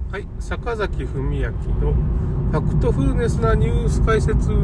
はい、坂崎文明のファクトフルネスなニュース解説。ちょっと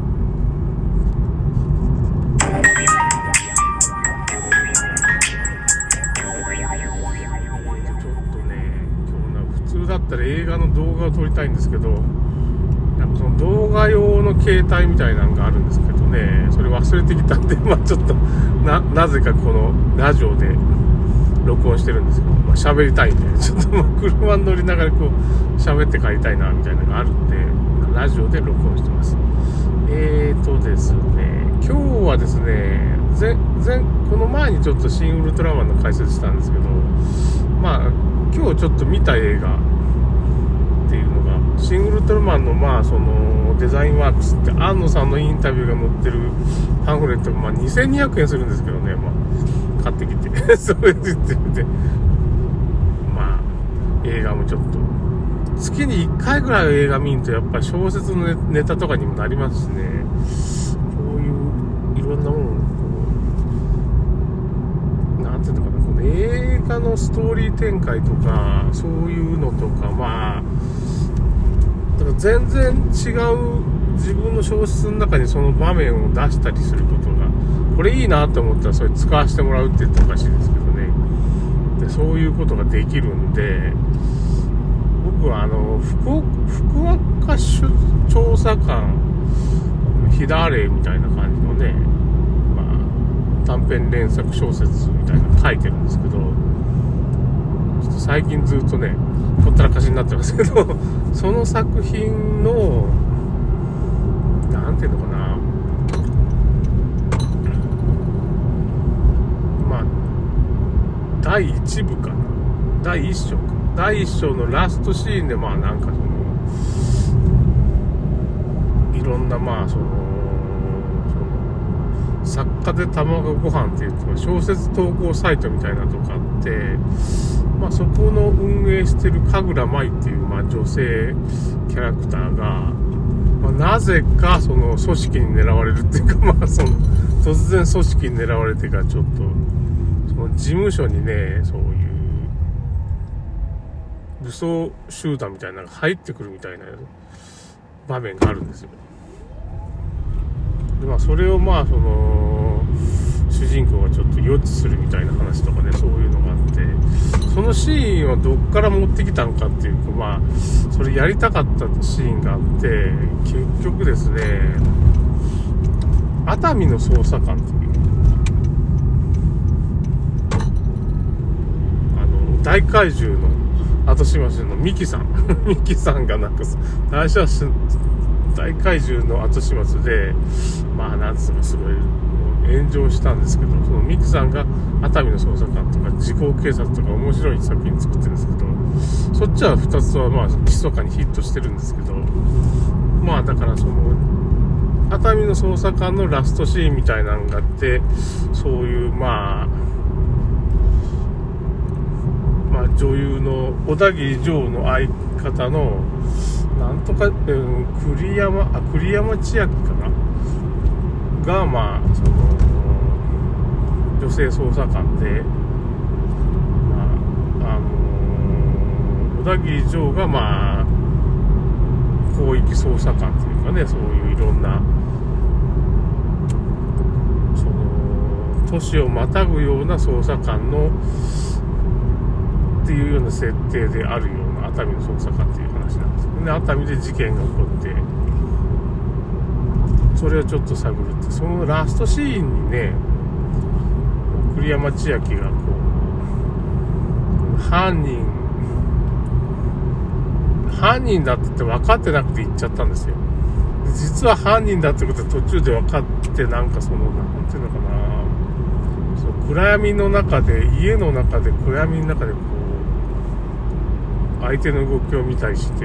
ね、今日普通だったら映画の動画を撮りたいんですけど、なんかその動画用の携帯みたいなのがあるんですけどね、それ忘れてきたんで、ちょっとなぜかこのラジオで録音してるんですけど、喋りたいんで、ちょっと車に乗りながらこう喋って帰りたいなみたいなのがあるんで、ラジオで録音してます。ですね、今日はですね、この前にちょっとシン・ウルトラマンの解説したんですけど、今日ちょっと見た映画っていうのが、シン・ウルトラマンのそのデザインワークスって庵野さんのインタビューが載ってるパンフレットが2200円するんですけどね、買ってきてそれで映画もちょっと月に1回ぐらい映画見るとやっぱり小説のネタとかにもなりますしね、こういういろんなものをなんていうのかな、この映画のストーリー展開とかそういうのとかだから全然違う自分の小説の中にその場面を出したりすることがこれいいなと思ったらそれ使わせてもらうって言ったらおかしいですけどね。でそういうことができるんで、僕は福岡調査官ひだれみたいな感じのね、短編連作小説みたいなの書いてるんですけど、ちょっと最近ずっとねほったらかしになってますけどその作品のなんていうのかな、第1部かな、第1章か、第1章のラストシーンでなんかそのいろんなその作家で卵ご飯っていう小説投稿サイトみたいなとかあって、そこの運営してる神楽舞っていう女性キャラクターが、なぜかその組織に狙われるっていうか、その突然組織に狙われてからちょっとその事務所にね、そういう武装集団みたいなのが入ってくるみたいな場面があるんですよ。でそれをその主人公がちょっと予知するみたいな話とかね、そういうのがあって、そのシーンをどっから持ってきたのかっていうか、それやりたかったシーンがあって、結局ですね、熱海の捜査官っていう大怪獣の後始末のミキさんミキさんが大怪獣の後始末でなんつうかすごい炎上したんですけど、そのミキさんが熱海の捜査官とか時効警察とか面白い作品作ってるんですけど、そっちは2つは密かにヒットしてるんですけど、だからその熱海の捜査官のラストシーンみたいなのがあって、そういう女優の小田切丈の相方のなんとか、栗山千明かながその女性捜査官で、小田切丈が広域捜査官というかね、そういういろんなその都市をまたぐような捜査官のっていうような設定であるような熱海の捜査官っていう話なんですよね。熱海で事件が起こってそれをちょっと探るって、そのラストシーンにね、栗山千明が犯人だって言って分かってなくて言っちゃったんですよ。実は犯人だってことは途中で分かって、なんていうのかな、暗闇の中で、家の中で暗闇の中で相手の動きを見たりして、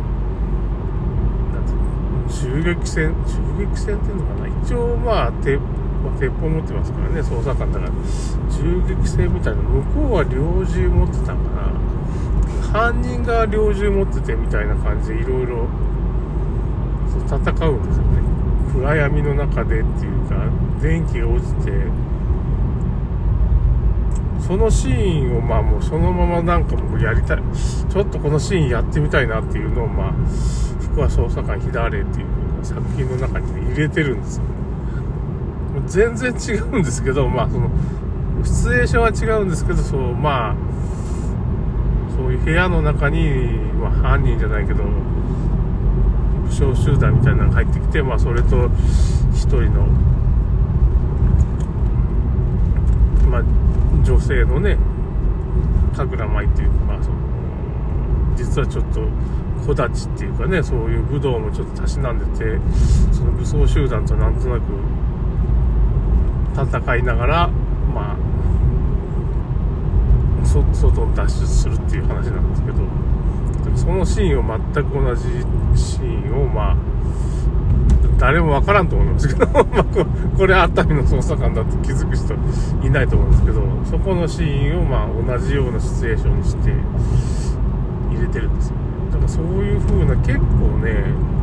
銃撃戦っていうのかな、一応鉄砲持ってますからね、捜査官だから銃撃戦みたいな、向こうは猟銃持ってたのかな、犯人が猟銃持っててみたいな感じでいろいろ戦うんですよね。暗闇の中でっていうか、電気が落ちてそのシーンをまあもうそのままなんかもうやりたい、ちょっとこのシーンやってみたいなっていうのをまあ福和捜査官ひだれっていう作品の中に、ね、入れてるんですよ。全然違うんですけど、まあそのシチュエーションは違うんですけど、そうまあそういう部屋の中に、まあ、犯人じゃないけど武将集団みたいなのが入ってきて、まあそれと一人のまあ女性のね神楽舞っていう、まあその実はちょっと小立ちっていうかね、そういう武道もちょっとたしなんでて、その武装集団となんとなく戦いながらまあ外に脱出するっていう話なんですけど、そのシーンを全く同じシーンをまあ誰もわからんと思いますけどまあこれ熱海の捜査官だって気づく人いないと思うんですけど、そこのシーンをまあ同じようなシチュエーションにして入れてるんですよ。だからそういう風な結構ね、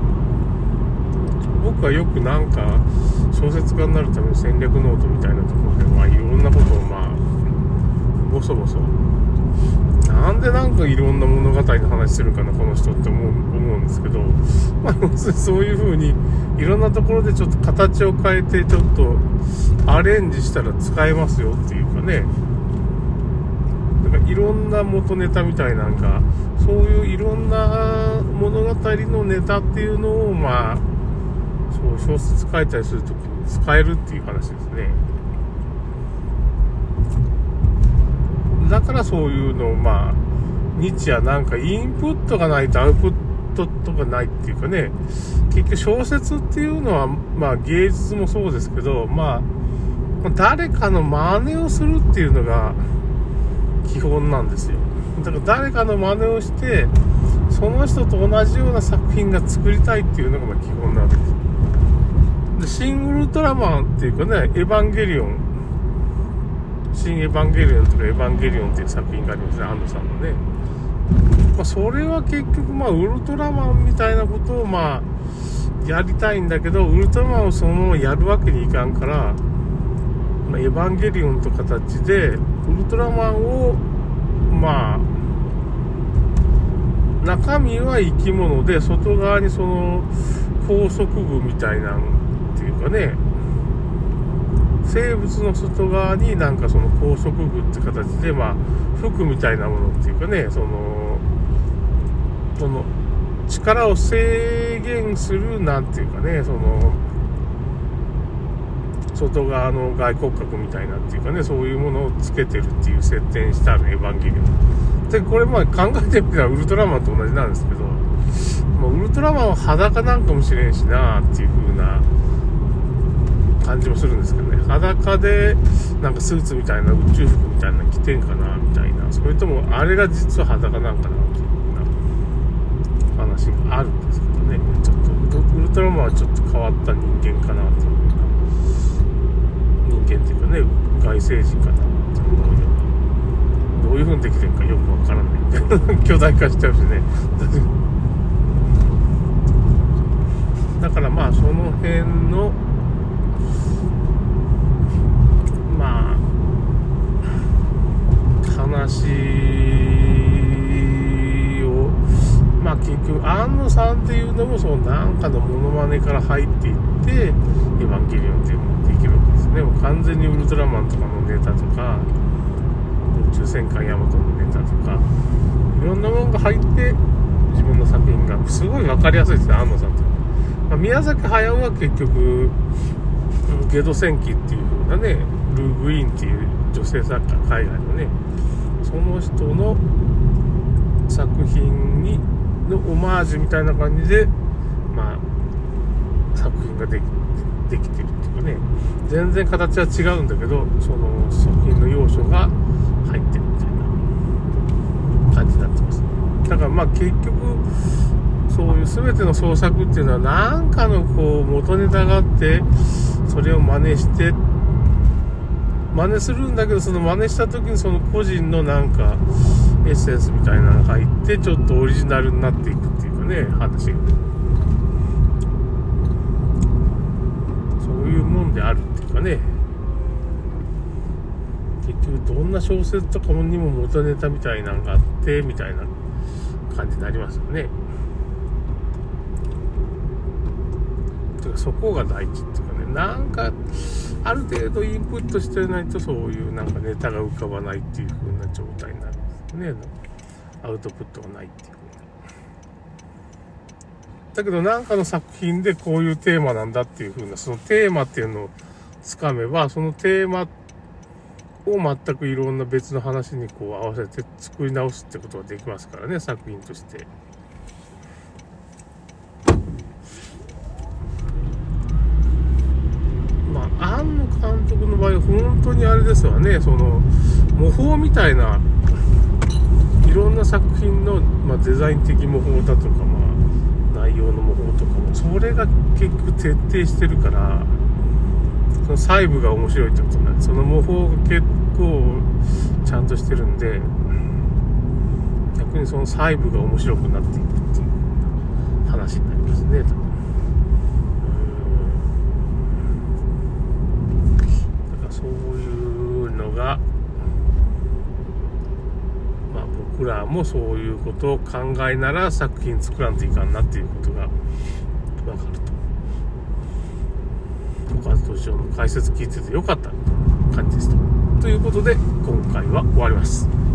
僕はよくなんか小説家になるための戦略ノートみたいなところでまあいろんなことをまあボソボソなんでなんかいろんな物語の話するかなこの人って思うんですけど、まあ要するにそういう風にいろんなところでちょっと形を変えてちょっとアレンジしたら使えますよっていうかね、なんかいろんな元ネタみたいなんかそういういろんな物語のネタっていうのをまあそう小説書いたりするときに使えるっていう話ですね。だからそういうのをまあ日夜なんかインプットがないとアウトプットとかないっていうかね、結局小説っていうのはまあ芸術もそうですけど、まあ誰かの真似をするっていうのが基本なんですよ。だから誰かの真似をしてその人と同じような作品が作りたいっていうのがまあ基本なわけです。でシン・ウルトラマンっていうかね、エヴァンゲリオン、新エヴァンゲリオンとかエヴァンゲリオンっていう作品がありますね、安藤さんのね。まあ、それは結局まあウルトラマンみたいなことをまあやりたいんだけど、ウルトラマンをそのままやるわけにいかんから、まあ、エヴァンゲリオンという形でウルトラマンをまあ中身は生き物で外側にその高速具みたいなっていうかね、生物の外側になんかその高速具って形でまあ服みたいなものっていうかね、その力を制限するなんていうかね、その外側の外骨格みたいなっていうかね、そういうものをつけてるっていう設定にしてあるエヴァンゲリオンで、これまあ考えてみたらウルトラマンと同じなんですけど、もうウルトラマンは裸なんかもしれんしなっていう風な感じもするんですけどね、裸でなんかスーツみたいな宇宙服みたいなの着てんかなみたいな、それともあれが実は裸なんかなっていう風な話があるんですけどね、ちょっとウルトラマンはちょっと変わった人間かなっていう風な、人間っていうかね外星人かなって思うような、どういう風にできてるかよくわからないみたいな巨大化しちゃうしねだからまあその辺のまあ話をまあ結局安野さんっていうのもそのなんかのモノマネから入っていってエヴァンゲリオンっていうのができるわけですね。もう完全にウルトラマンとかのネタとか宇宙戦艦ヤマトのネタとかいろんなものが入って自分の作品がすごい分かりやすいですね、安野さんって。まあ、宮崎駿は結局ゲド戦記っていう風なね、ルー・グイーンっていう女性作家、海外のね、その人の作品にのオマージュみたいな感じでまあ作品ができてるっていうかね、全然形は違うんだけどその作品の要素が入ってるみたいな感じになってます。だからまあ結局そういう全ての創作っていうのは何かのこう元ネタがあってそれを真似するんだけど、その真似した時にその個人のなんかエッセンスみたいなのが入ってちょっとオリジナルになっていくっていうかね、話がそういうもんであるっていうかね、結局どんな小説とかにも元ネタみたいなのがあってみたいな感じになりますよね。そこが大事っていうかね、なんかある程度インプットしてないとそういうなんかネタが浮かばないっていう風な状態になるんですね。アウトプットがないっていう風な。だけどなんかの作品でこういうテーマなんだっていう風な、そのテーマっていうのをつかめば、そのテーマを全くいろんな別の話にこう合わせて作り直すってことができますからね、作品として。庵野監督の場合、本当にあれですわね、その模倣みたいないろんな作品の、デザイン的模倣だとか、内容の模倣とかも、それが結局徹底してるから、その細部が面白いってことになる。その模倣が結構ちゃんとしてるんで、逆にその細部が面白くなっていくっていう話になりますね、多分。そういうのが、僕らもそういうことを考えなら作品作らんといかんなっていうことが分かると。岡田敏夫の解説聞いててよかった感じでした。ということで今回は終わります。